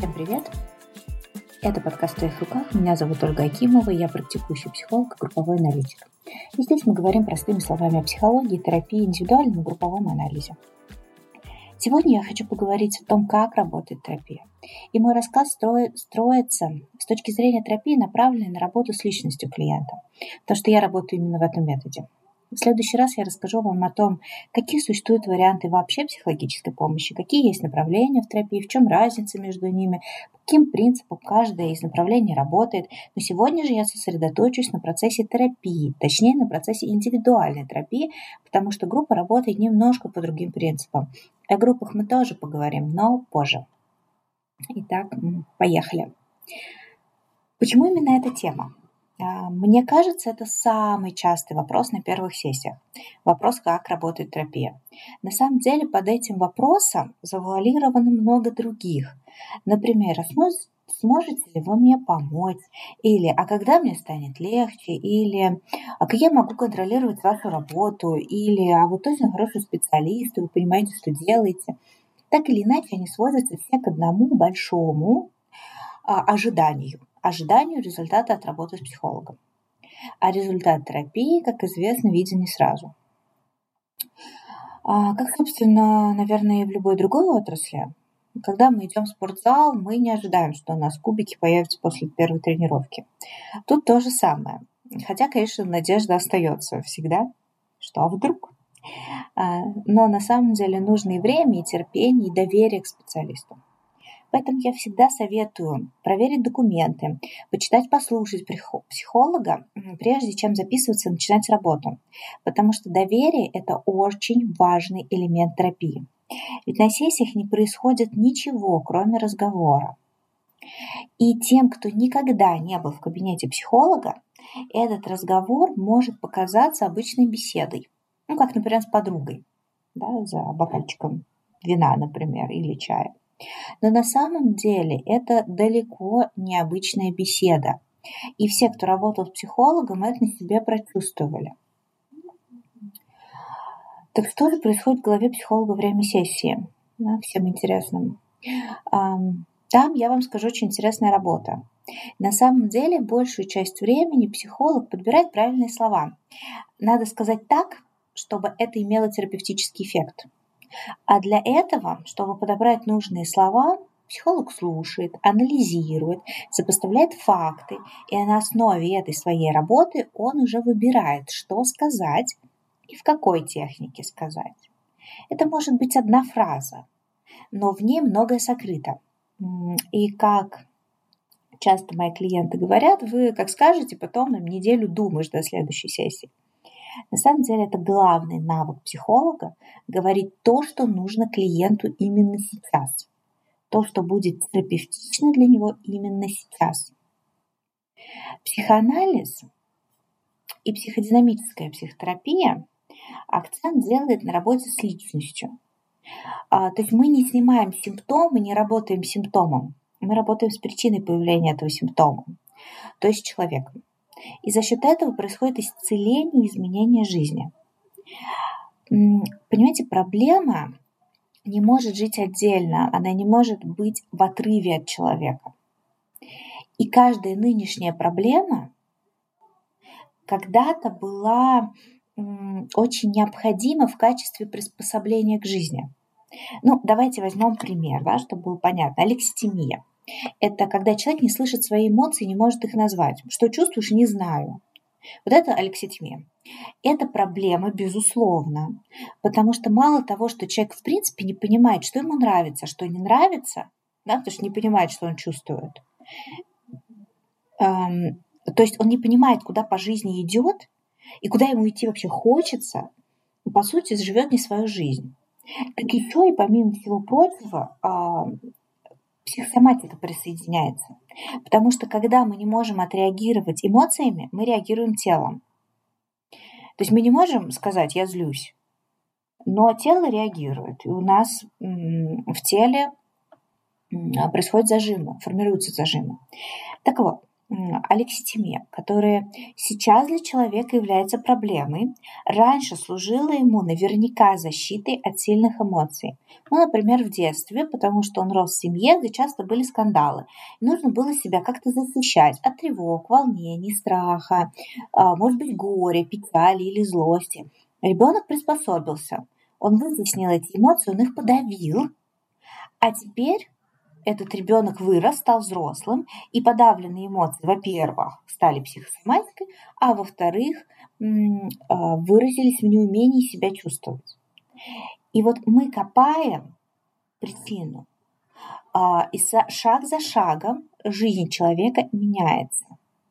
Всем привет! Это подкаст «В твоих руках». Меня зовут Ольга Акимова, я практикующий психолог и групповой аналитик. И здесь мы говорим простыми словами о психологии, терапии, индивидуальном и групповом анализе. Сегодня я хочу поговорить о том, как работает терапия. И мой рассказ строится с точки зрения терапии, направленной на работу с личностью клиента, потому что я работаю именно в этом методе. В следующий раз я расскажу вам о том, какие существуют варианты вообще психологической помощи, какие есть направления в терапии, в чем разница между ними, по каким принципам каждое из направлений работает. Но сегодня же я сосредоточусь на процессе терапии, точнее на процессе индивидуальной терапии, потому что группа работает немножко по другим принципам. О группах мы тоже поговорим, но позже. Итак, поехали. Почему именно эта тема? Мне кажется, это самый частый вопрос на первых сессиях. Вопрос, как работает терапия. На самом деле под этим вопросом завуалировано много других. Например, сможете ли вы мне помочь? Или а когда мне станет легче? Или а как я могу контролировать вашу работу? Или а вы точно хороший специалист, и вы понимаете, что делаете? Так или иначе, они сводятся все к одному большому ожиданию результата от работы с психологом. А результат терапии, как известно, виден не сразу. Как, собственно, наверное, и в любой другой отрасли, когда мы идем в спортзал, мы не ожидаем, что у нас кубики появятся после первой тренировки. Тут то же самое. Хотя, конечно, надежда остается всегда, что вдруг. Но на самом деле нужно и время, и терпение, и доверие к специалисту. Поэтому я всегда советую проверить документы, почитать, послушать психолога, прежде чем записываться и начинать работу. Потому что доверие – это очень важный элемент терапии. Ведь на сессиях не происходит ничего, кроме разговора. И тем, кто никогда не был в кабинете психолога, этот разговор может показаться обычной беседой. Как, например, с подругой, за бокальчиком вина, например, или чая. Но на самом деле это далеко не обычная беседа. И все, кто работал с психологом, это на себе прочувствовали. Так что же происходит в голове психолога во время сессии? Всем интересно. Там, я вам скажу, очень интересная работа. На самом деле, большую часть времени психолог подбирает правильные слова. Надо сказать так, чтобы это имело терапевтический эффект. А для этого, чтобы подобрать нужные слова, психолог слушает, анализирует, сопоставляет факты, и на основе этой своей работы он уже выбирает, что сказать и в какой технике сказать. Это может быть одна фраза, но в ней многое сокрыто. И как часто мои клиенты говорят, вы как скажете, потом неделю думаешь до следующей сессии. На самом деле это главный навык психолога – говорить то, что нужно клиенту именно сейчас, то, что будет терапевтично для него именно сейчас. Психоанализ и психодинамическая психотерапия акцент делает на работе с личностью. То есть мы не снимаем симптом, мы не работаем с симптомом, мы работаем с причиной появления этого симптома, то есть с человеком. И за счет этого происходит исцеление и изменение жизни. Понимаете, проблема не может жить отдельно, она не может быть в отрыве от человека. И каждая нынешняя проблема когда-то была очень необходима в качестве приспособления к жизни. Давайте возьмем пример, чтобы было понятно. Алекситимия. Это когда человек не слышит свои эмоции, не может их назвать. Что чувствуешь, не знаю. Вот это алекситимия. Это проблема, безусловно, потому что мало того, что человек в принципе не понимает, что ему нравится, что не нравится, потому что не понимает, что он чувствует. То есть он не понимает, куда по жизни идет и куда ему идти вообще хочется, и, по сути, живет не свою жизнь. Так еще и помимо всего прочего, психосоматика присоединяется. Потому что когда мы не можем отреагировать эмоциями, мы реагируем телом. То есть мы не можем сказать «я злюсь», но тело реагирует. И у нас в теле происходят зажимы, формируются зажимы. Так вот, алекситимия, которая сейчас для человека является проблемой, раньше служила ему наверняка защитой от сильных эмоций. Ну, например, в детстве, потому что он рос в семье, где часто были скандалы. И нужно было себя как-то защищать от тревог, волнений, страха, может быть, горя, печали или злости. Ребенок приспособился. Он вытеснил эти эмоции, он их подавил, а теперь этот ребенок вырос, стал взрослым, и подавленные эмоции, во-первых, стали психосоматикой, а во-вторых, выразились в неумении себя чувствовать. И вот мы копаем причину, и шаг за шагом жизнь человека меняется.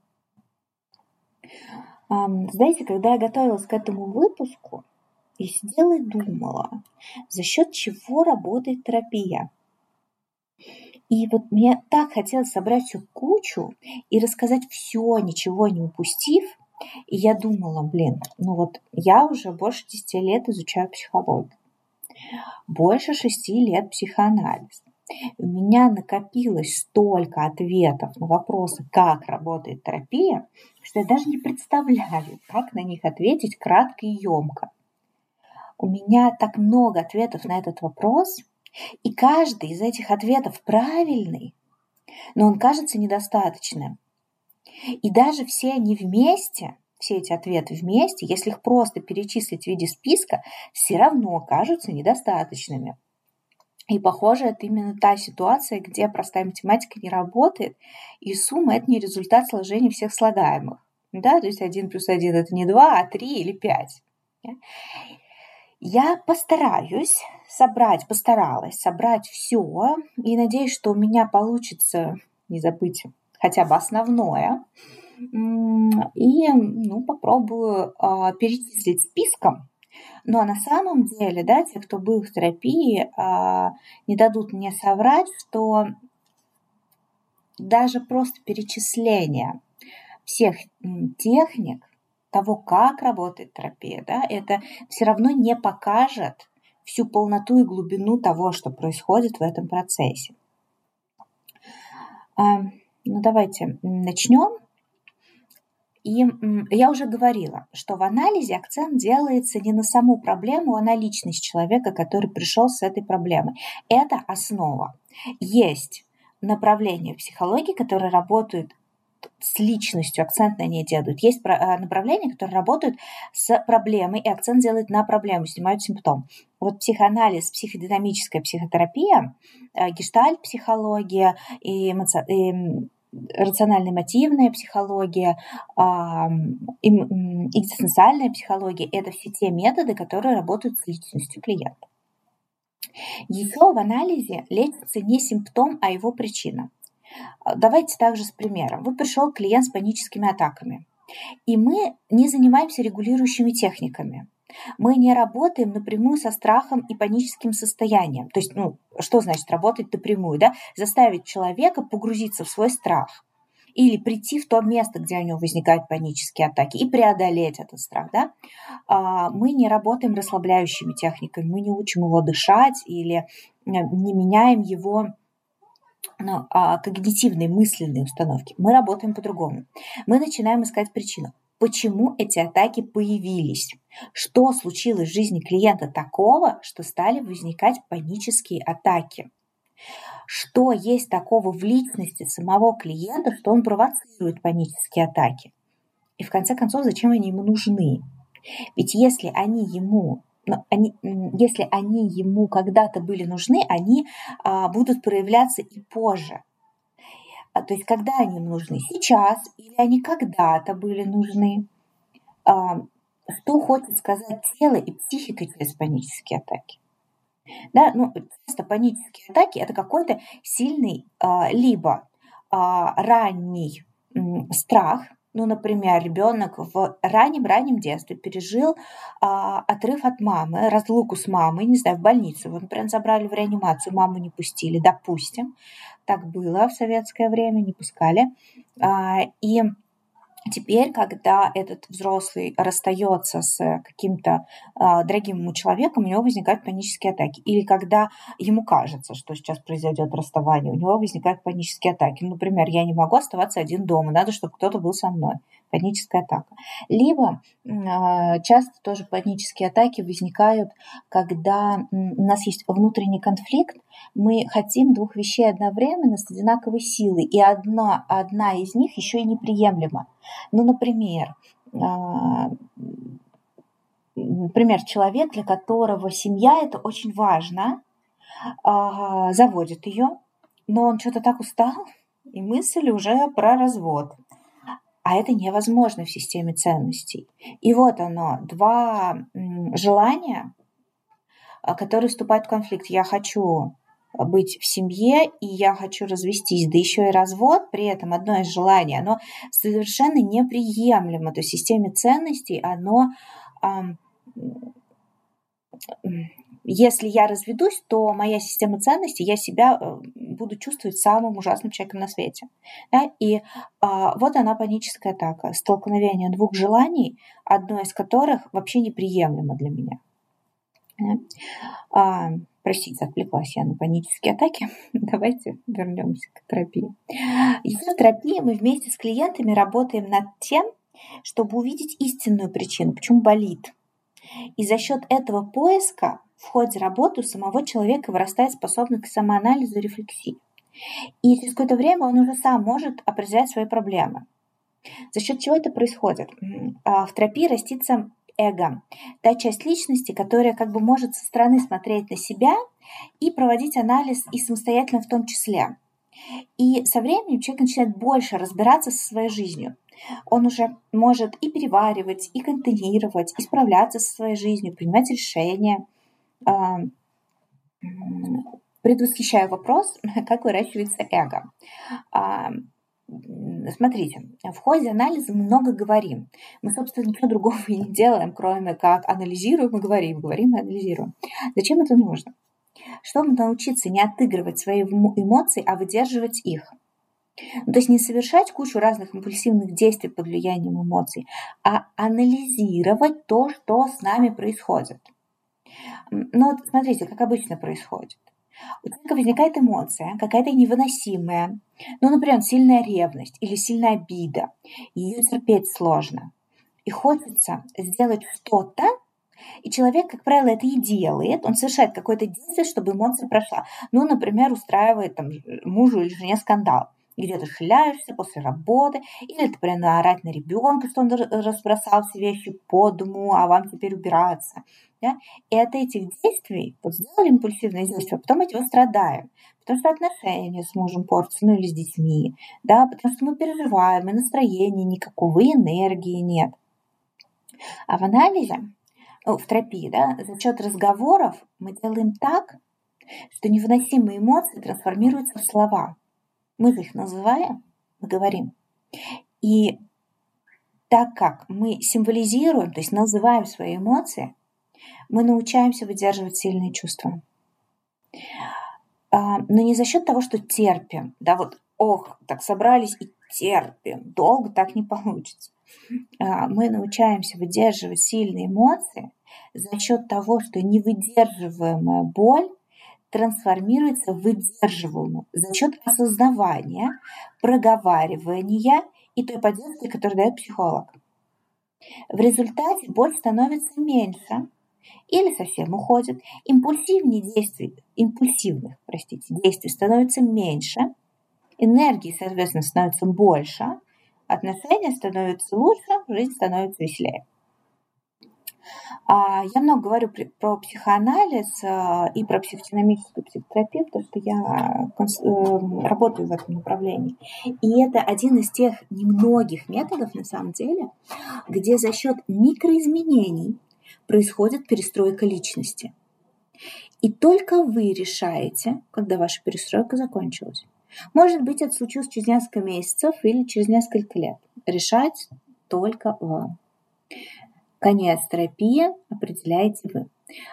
Знаете, когда я готовилась к этому выпуску, я сидела и думала, за счет чего работает терапия. И вот мне так хотелось собрать всю кучу и рассказать все, ничего не упустив. И я думала, я уже больше 10 лет изучаю психологию, больше 6 лет психоанализ. У меня накопилось столько ответов на вопросы, как работает терапия, что я даже не представляю, как на них ответить кратко и емко. У меня так много ответов на этот вопрос, и каждый из этих ответов правильный, но он кажется недостаточным. И даже все они вместе, все эти ответы вместе, если их просто перечислить в виде списка, все равно кажутся недостаточными. И похоже, это именно та ситуация, где простая математика не работает, и сумма – это не результат сложения всех слагаемых. Да? То есть 1 плюс 1 – это не 2, а 3 или 5. Я постаралась собрать все, и надеюсь, что у меня получится не забыть хотя бы основное. И попробую перечислить списком. Но на самом деле, да, те, кто был в терапии, не дадут мне соврать, что даже просто перечисление всех техник, того, как работает терапия, да, это все равно не покажет всю полноту и глубину того, что происходит в этом процессе. Давайте начнем. И я уже говорила, что в анализе акцент делается не на саму проблему, а на личность человека, который пришел с этой проблемой. Это основа. Есть направления в психологии, которые работают с личностью, акцент на ней делают. Есть направления, которые работают с проблемой, и акцент делают на проблему, снимают симптом. Вот психоанализ, психодинамическая психотерапия, гештальт-психология и рационально-мотивная психология, экзистенциальная психология – это все те методы, которые работают с личностью клиента. Еще в анализе лечится не симптом, а его причина. Давайте также с примером. Вот пришел клиент с паническими атаками, и мы не занимаемся регулирующими техниками. Мы не работаем напрямую со страхом и паническим состоянием. То есть, что значит работать напрямую? Да? Заставить человека погрузиться в свой страх или прийти в то место, где у него возникают панические атаки, и преодолеть этот страх. Да? Мы не работаем расслабляющими техниками, мы не учим его дышать или не меняем его когнитивные мысленные установки. Мы работаем по-другому. Мы начинаем искать причину. Почему эти атаки появились? Что случилось в жизни клиента такого, что стали возникать панические атаки? Что есть такого в личности самого клиента, что он провоцирует панические атаки? И в конце концов, зачем они ему нужны? Ведь если они ему когда-то были нужны, они будут проявляться и позже. То есть, когда они им нужны? Сейчас или они когда-то были нужны? Что хочет сказать тело и психика через панические атаки? Да, часто панические атаки – это какой-то сильный либо ранний страх. Например, ребенок в раннем детстве пережил отрыв от мамы, разлуку с мамой, не знаю, в больницу. Вот, например, забрали в реанимацию, маму не пустили, допустим. Так было в советское время, не пускали. И Теперь, когда этот взрослый расстается с каким-то дорогим ему человеком, у него возникают панические атаки. Или когда ему кажется, что сейчас произойдет расставание, у него возникают панические атаки. Например, я не могу оставаться один дома, надо, чтобы кто-то был со мной. Паническая атака. Либо часто тоже панические атаки возникают, когда у нас есть внутренний конфликт, мы хотим двух вещей одновременно с одинаковой силой, и одна из них еще и неприемлема. Ну, например, человек, для которого семья – это очень важно, заводит ее, но он что-то так устал, и мысль уже про развод. А это невозможно в системе ценностей. И вот оно, два желания, которые вступают в конфликт. Я хочу быть в семье, и я хочу развестись, да еще и развод, при этом одно из желаний, оно совершенно неприемлемо. То есть в системе ценностей оно, если я разведусь, то моя система ценностей, я себя буду чувствовать самым ужасным человеком на свете. Да? И вот она, паническая атака, столкновение двух желаний, одно из которых вообще неприемлемо для меня. Простите, отвлеклась я на панические атаки. Давайте вернемся к терапии. И в терапии мы вместе с клиентами работаем над тем, чтобы увидеть истинную причину, почему болит. И за счет этого поиска в ходе работы у самого человека вырастает способность к самоанализу и рефлексии. И через какое-то время он уже сам может определять свои проблемы. За счет чего это происходит? В терапии растится эго, та часть личности, которая как бы может со стороны смотреть на себя и проводить анализ и самостоятельно в том числе. И со временем человек начинает больше разбираться со своей жизнью. Он уже может и переваривать, и контейнировать, и справляться со своей жизнью, принимать решения. Предвосхищаю вопрос, как выращивается эго. Смотрите, в ходе анализа мы много говорим. Мы, собственно, ничего другого и не делаем, кроме как анализируем и говорим и анализируем. Зачем это нужно? Чтобы научиться не отыгрывать свои эмоции, а выдерживать их. То есть не совершать кучу разных импульсивных действий под влиянием эмоций, а анализировать то, что с нами происходит. Ну вот смотрите, как обычно происходит. У человека возникает эмоция, какая-то невыносимая, ну, например, сильная ревность или сильная обида. Ее терпеть сложно. И хочется сделать что-то, и человек, как правило, это и делает. Он совершает какое-то действие, чтобы эмоция прошла. Ну, например, устраивает там, мужу или жене скандал. Где ты шляешься после работы, или ты прям наорать на ребенка, что он разбросал все вещи по дому, а вам теперь убираться. Да? И от этих действий, вот сделали импульсивные действия, потом от него страдаем. Потому что отношения с мужем портятся, ну или с детьми, да, потому что мы переживаем, и настроения никакого, и энергии нет. А в анализе, в терапии, да, за счет разговоров мы делаем так, что невыносимые эмоции трансформируются в слова. Мы их называем, мы говорим. И так как мы символизируем, то есть называем свои эмоции, мы научаемся выдерживать сильные чувства. Но не за счет того, что терпим. Да, вот, так собрались и терпим. Долго так не получится. Мы научаемся выдерживать сильные эмоции за счет того, что невыдерживаемая боль трансформируется в выдерживаемую за счет осознавания, проговаривания и той поддержки, которую дает психолог. В результате боль становится меньше или совсем уходит, импульсивных действий становится меньше, энергии, соответственно, становится больше, отношения становятся лучше, жизнь становится веселее. Я много говорю про психоанализ и про психодинамическую психотерапию, потому что я работаю в этом направлении. И это один из тех немногих методов, на самом деле, где за счет микроизменений происходит перестройка личности. И только вы решаете, когда ваша перестройка закончилась. Может быть, это случилось через несколько месяцев или через несколько лет. Решать только вам. Конец терапии определяете вы.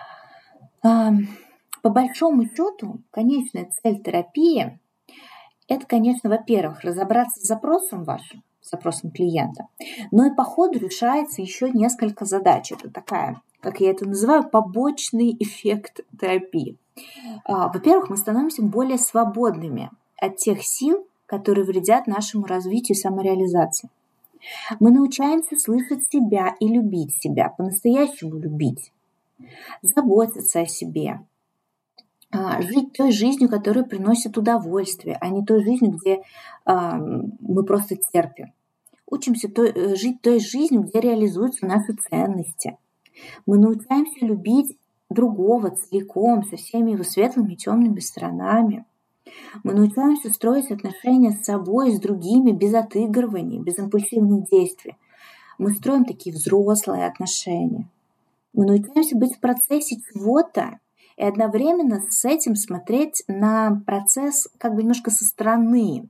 По большому счету, конечная цель терапии – это, конечно, во-первых, разобраться с запросом вашим, запросам клиента. Но и по ходу решается еще несколько задач. Это такая, как я это называю, побочный эффект терапии. Во-первых, мы становимся более свободными от тех сил, которые вредят нашему развитию и самореализации. Мы научаемся слышать себя и любить себя, по-настоящему любить, заботиться о себе, жить той жизнью, которая приносит удовольствие, а не той жизнью, где мы просто терпим. Учимся жить той жизнью, где реализуются наши ценности. Мы научаемся любить другого целиком, со всеми его светлыми и темными сторонами. Мы научаемся строить отношения с собой и с другими без отыгрываний, без импульсивных действий. Мы строим такие взрослые отношения. Мы научаемся быть в процессе чего-то и одновременно с этим смотреть на процесс как бы немножко со стороны.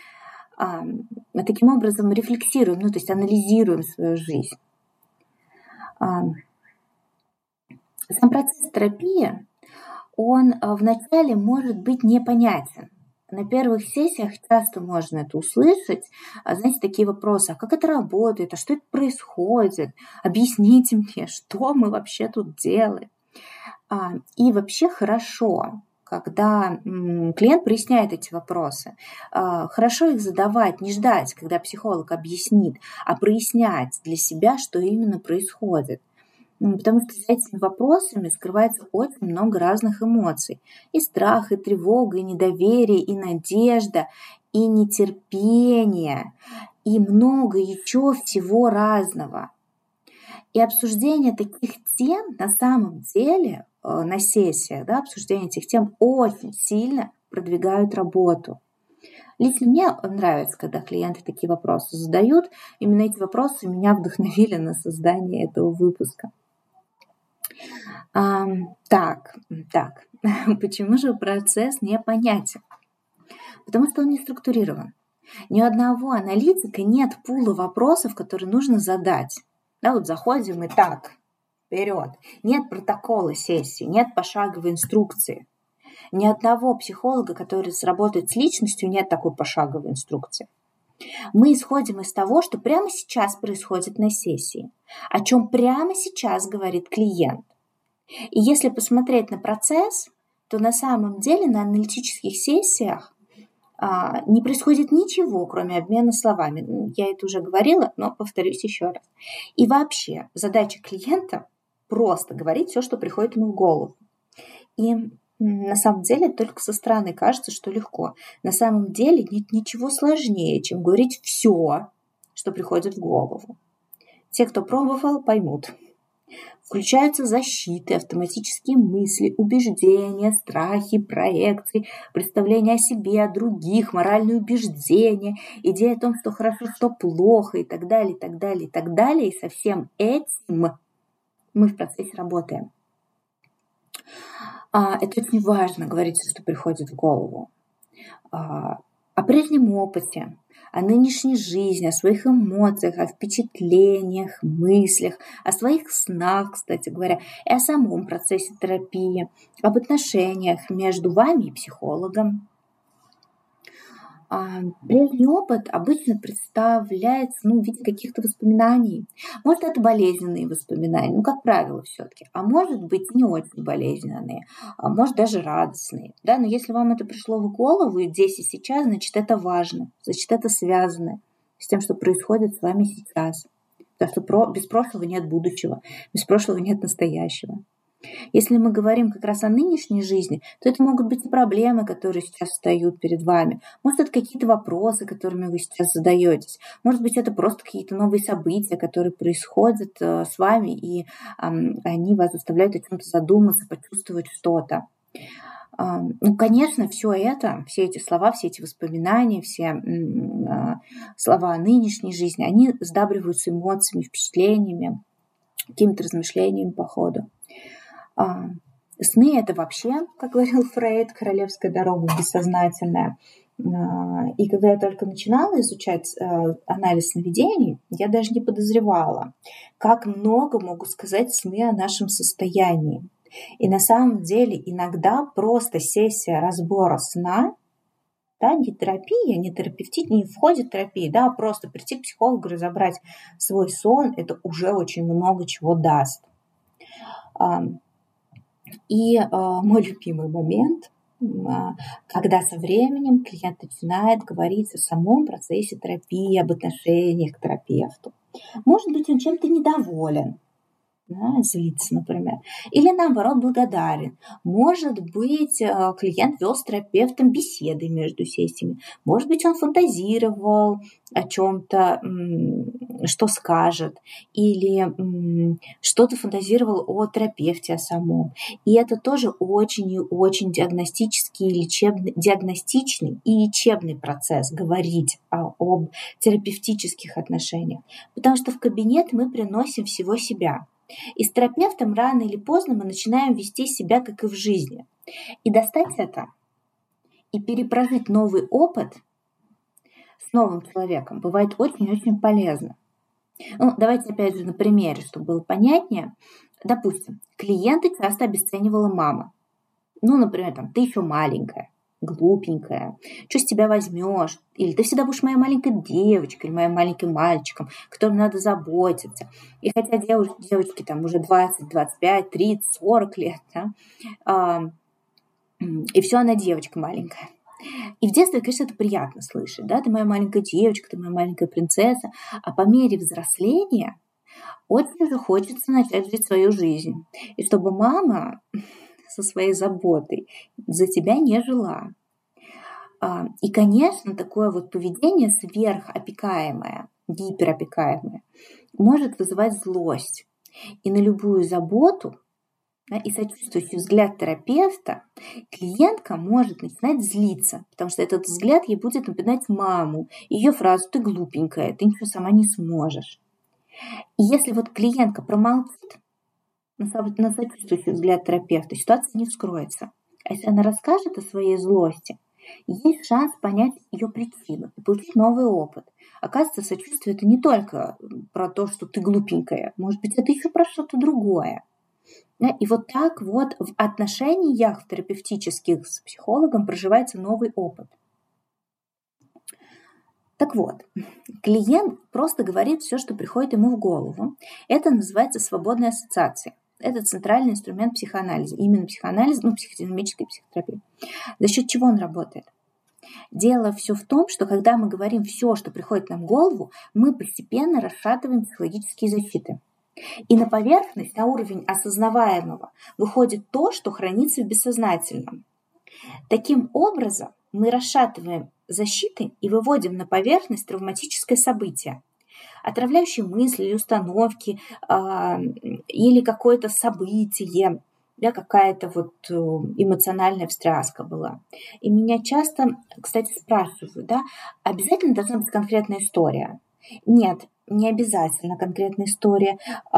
Таким образом рефлексируем, то есть анализируем свою жизнь. Сам процесс терапии, он вначале может быть непонятен. На первых сессиях часто можно это услышать, знаете, такие вопросы: а как это работает, а что это происходит, объясните мне, что мы вообще тут делаем. И вообще хорошо, когда клиент проясняет эти вопросы. Хорошо их задавать, не ждать, когда психолог объяснит, а прояснять для себя, что именно происходит. Потому что за этими вопросами скрывается очень много разных эмоций. И страх, и тревога, и недоверие, и надежда, и нетерпение, и много еще всего разного. И обсуждение таких тем на самом деле на сессиях, обсуждение этих тем очень сильно продвигают работу. Лично мне нравится, когда клиенты такие вопросы задают. Именно эти вопросы меня вдохновили на создание этого выпуска. Так, почему же процесс непонятен? Потому что он не структурирован. Ни у одного аналитика нет пула вопросов, которые нужно задать. Заходим и так, вперед. Нет протокола сессии, нет пошаговой инструкции. Ни одного психолога, который сработает с личностью, нет такой пошаговой инструкции. Мы исходим из того, что прямо сейчас происходит на сессии, о чем прямо сейчас говорит клиент. И если посмотреть на процесс, то на самом деле на аналитических сессиях не происходит ничего, кроме обмена словами. Я это уже говорила, но повторюсь еще раз. И вообще задача клиента просто говорить все, что приходит ему в голову. И на самом деле только со стороны кажется, что легко. На самом деле нет ничего сложнее, чем говорить все, что приходит в голову. Те, кто пробовал, поймут. Включаются защиты, автоматические мысли, убеждения, страхи, проекции, представления о себе, о других, моральные убеждения, идея о том, что хорошо, что плохо и так далее, и так далее, и так далее. И со всем этим мы в процессе работаем. Это очень важно говорить, что приходит в голову. О прежнем опыте, о нынешней жизни, о своих эмоциях, о впечатлениях, мыслях, о своих снах, кстати говоря, и о самом процессе терапии, об отношениях между вами и психологом. Прежний опыт обычно представляется в виде каких-то воспоминаний. Может, это болезненные воспоминания, как правило, все-таки. А может быть, не очень болезненные, а может, даже радостные. Но если вам это пришло в голову и здесь и сейчас, значит, это важно, значит, это связано с тем, что происходит с вами сейчас. Потому что без прошлого нет будущего, без прошлого нет настоящего. Если мы говорим как раз о нынешней жизни, то это могут быть и проблемы, которые сейчас встают перед вами. Может, это какие-то вопросы, которыми вы сейчас задаетесь. Может быть, это просто какие-то новые события, которые происходят с вами, и они вас заставляют о чем-то задуматься, почувствовать что-то. Конечно, все эти слова, все эти воспоминания, все слова о нынешней жизни, они сдабриваются эмоциями, впечатлениями, какими-то размышлениями по ходу. Сны – это вообще, как говорил Фрейд, королевская дорога бессознательная. И когда я только начинала изучать анализ сновидений, я даже не подозревала, как много могут сказать сны о нашем состоянии. И на самом деле иногда просто сессия разбора сна, да, не терапия, не терапевтик, не входит в терапию, да, просто прийти к психологу, разобрать свой сон, это уже очень много чего даст. И мой любимый момент, когда со временем клиент начинает говорить о самом процессе терапии, об отношениях к терапевту. Может быть, он чем-то недоволен, да, злится, например, или наоборот благодарен. Может быть, клиент вел с терапевтом беседы между сессиями. Может быть, он фантазировал о чем-то, что скажет, или что-то фантазировал о терапевте, о самом. И это тоже очень и очень диагностический и лечебный процесс говорить об терапевтических отношениях. Потому что в кабинет мы приносим всего себя. И с терапевтом рано или поздно мы начинаем вести себя, как и в жизни. И достать это, и перепрожить новый опыт с новым человеком бывает очень-очень полезно. Давайте опять же на примере, чтобы было понятнее. Допустим, клиенты часто обесценивала мама. Например, ты еще маленькая, глупенькая, что с тебя возьмешь? Или ты всегда будешь моей маленькой девочкой, или моим маленьким мальчиком, которым надо заботиться. И хотя девочки уже 20, 25, 30, 40 лет, да, и все, она девочка маленькая. И в детстве, конечно, это приятно слышать, да, ты моя маленькая девочка, ты моя маленькая принцесса, а по мере взросления очень же хочется начать жить свою жизнь. И чтобы мама со своей заботой за тебя не жила. И, конечно, такое поведение сверхопекаемое, гиперопекаемое, может вызывать злость. И на любую заботу, да, и сочувствующий взгляд терапевта клиентка может начинать злиться, потому что этот взгляд ей будет напоминать маму, ее фразу «ты глупенькая, ты ничего сама не сможешь». И если клиентка промолчит на сочувствующий взгляд терапевта, ситуация не вскроется. А если она расскажет о своей злости, есть шанс понять ее причину и получить новый опыт. Оказывается, сочувствие – это не только про то, что ты глупенькая. Может быть, это еще про что-то другое. И так в отношениях терапевтических с психологом проживается новый опыт. Так вот, клиент просто говорит все, что приходит ему в голову. Это называется свободной ассоциацией. Это центральный инструмент психоанализа. Именно психоанализа, психодинамической психотерапии. За счет чего он работает? Дело все в том, что когда мы говорим все, что приходит нам в голову, мы постепенно расшатываем психологические защиты. И на поверхность, на уровень осознаваемого, выходит то, что хранится в бессознательном. Таким образом, мы расшатываем защиты и выводим на поверхность травматическое событие. Отравляющие мысли или установки, или какое-то событие, да, какая-то эмоциональная встряска была. И меня часто, кстати, спрашивают, да, обязательно должна быть конкретная история? Нет, не обязательно конкретная история.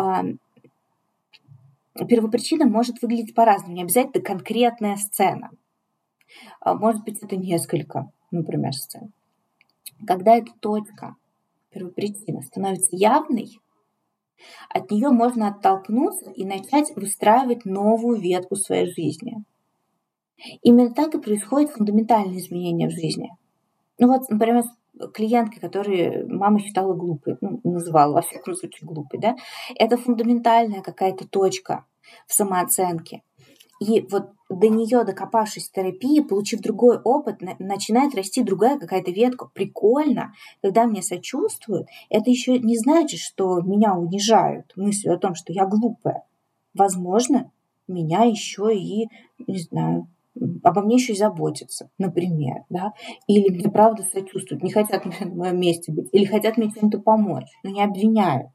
Первопричина может выглядеть по-разному, не обязательно конкретная сцена. Может быть, это несколько, например, сцен. Когда эта точка, первопричина, становится явной, от нее можно оттолкнуться и начать выстраивать новую ветку своей жизни. Именно так и происходят фундаментальные изменения в жизни. Например, клиентка, которую мама считала глупой, называла, во всяком случае, глупой, да, это фундаментальная какая-то точка в самооценке. И до нее, докопавшись в терапии, получив другой опыт, начинает расти другая какая-то ветка. Прикольно, когда мне сочувствуют, это еще не значит, что меня унижают мыслью о том, что я глупая. Возможно, меня еще и, не знаю, обо мне еще и заботятся, например, да, или мне правда сочувствуют, не хотят на моем месте быть, или хотят мне чем-то помочь, но не обвиняют.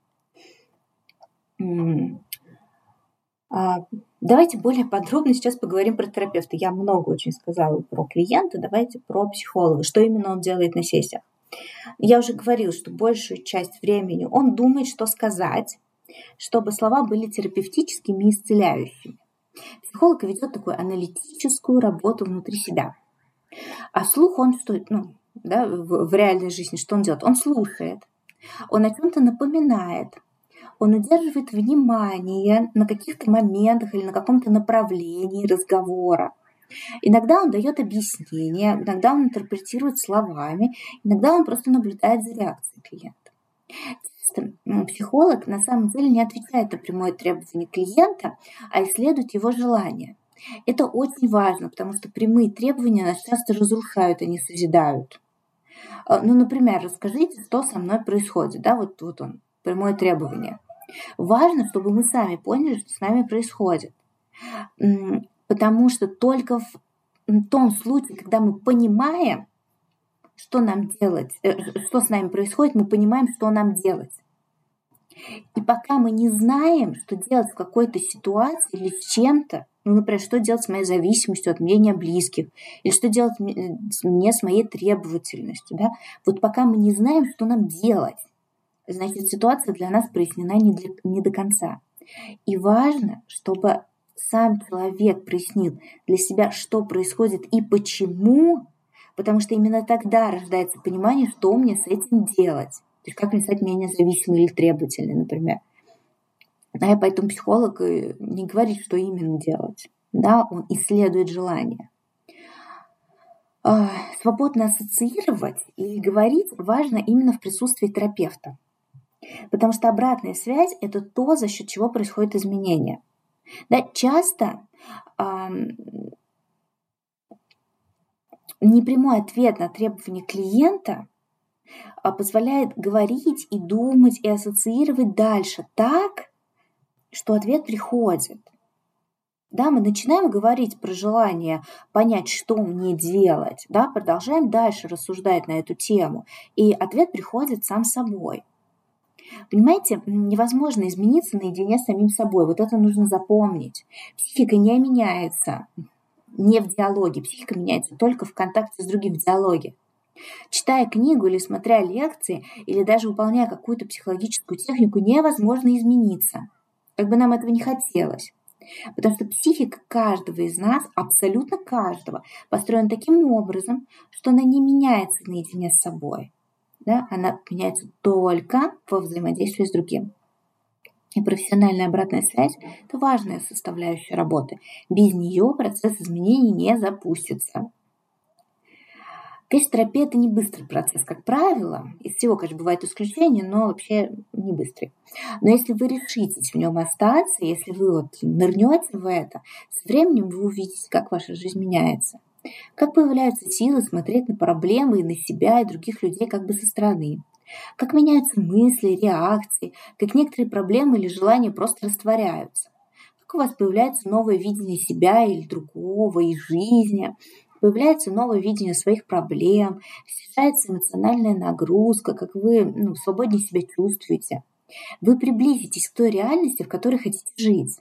Давайте более подробно сейчас поговорим про терапевта. Я много очень сказала про клиента, давайте про психолога. Что именно он делает на сессиях? Я уже говорила, что большую часть времени он думает, что сказать, чтобы слова были терапевтическими и исцеляющими. Психолог ведет такую аналитическую работу внутри себя. А слух он что, в реальной жизни, что он делает? Он слушает, он о чем-то напоминает, он удерживает внимание на каких-то моментах или на каком-то направлении разговора. Иногда он дает объяснение, иногда он интерпретирует словами, иногда он просто наблюдает за реакцией клиента. Часто психолог на самом деле не отвечает на прямое требование клиента, а исследует его желания. Это очень важно, потому что прямые требования нас часто разрушают, а не созидают. Например, расскажите, что со мной происходит. Да, вот он, прямое требование. Важно, чтобы мы сами поняли, что с нами происходит. Потому что только в том случае, когда мы понимаем, что нам делать, что с нами происходит, мы понимаем, что нам делать. И пока мы не знаем, что делать в какой-то ситуации или с чем-то, например, что делать с моей зависимостью от мнения близких, или что делать мне с моей требовательностью, да? Вот пока мы не знаем, что нам делать, значит, ситуация для нас прояснена не до конца. И важно, чтобы сам человек прояснил для себя, что происходит и почему, потому что именно тогда рождается понимание, что мне с этим делать. То есть как мне стать менее зависимой или требовательной, например. И поэтому психолог не говорит, что именно делать. Да, он исследует желания. Свободно ассоциировать и говорить важно именно в присутствии терапевта. Потому что обратная связь – это то, за счет чего происходит изменение. Да, часто непрямой ответ на требования клиента позволяет говорить и думать, и ассоциировать дальше так, что ответ приходит. Да, мы начинаем говорить про желание понять, что мне делать, да, продолжаем дальше рассуждать на эту тему, и ответ приходит сам собой. Понимаете, невозможно измениться наедине с самим собой. Вот это нужно запомнить. Психика не меняется не в диалоге. Психика меняется только в контакте с другим в диалоге. Читая книгу или смотря лекции, или даже выполняя какую-то психологическую технику, невозможно измениться. Как бы нам этого не хотелось. Потому что психика каждого из нас, абсолютно каждого, построена таким образом, что она не меняется наедине с собой. Да? Она меняется только во взаимодействии с другим. И профессиональная обратная связь – это важная составляющая работы. Без нее процесс изменений не запустится. Конечно, терапия – это не быстрый процесс, как правило. Из всего, конечно, бывают исключения, но вообще не быстрый. Но если вы решитесь в нем остаться, если вы нырнете в это, со временем вы увидите, как ваша жизнь меняется. Как появляются силы смотреть на проблемы и на себя, и других людей как бы со стороны. Как меняются мысли, реакции, как некоторые проблемы или желания просто растворяются. Как у вас появляется новое видение себя или другого, и жизни. Появляется новое видение своих проблем, снижается эмоциональная нагрузка, как вы свободнее себя чувствуете. Вы приблизитесь к той реальности, в которой хотите жить.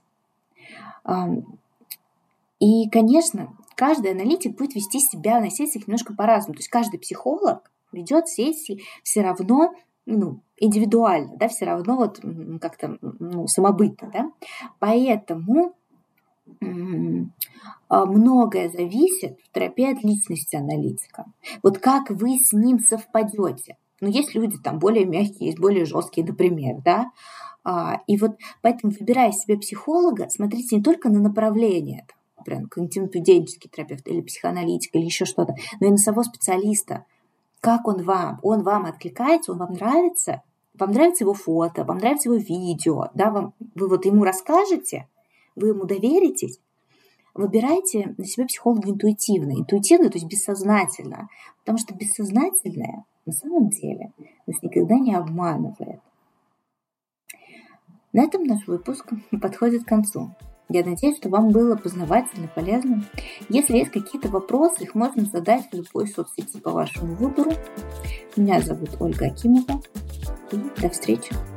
И, конечно, каждый аналитик будет вести себя на сессиях немножко по-разному. То есть каждый психолог ведет сессии все равно индивидуально, да, все равно как-то самобытно. Да? Поэтому многое зависит в терапии от личности аналитика. Вот как вы с ним совпадете. Есть люди там более мягкие, есть более жесткие, например, да. И вот поэтому, выбирая себе психолога, смотрите не только на направление, например, когнитивно-поведенческий терапевт или психоаналитик или еще что-то, но и на самого специалиста. Как он вам откликается, он вам нравится его фото, вам нравится его видео, да, вы ему расскажете, вы ему доверитесь. Выбирайте на себя психолога интуитивно. Интуитивно, то есть бессознательно. Потому что бессознательное на самом деле нас никогда не обманывает. На этом наш выпуск подходит к концу. Я надеюсь, что вам было познавательно, полезно. Если есть какие-то вопросы, их можно задать в любой соцсети по вашему выбору. Меня зовут Ольга Акимова. И до встречи.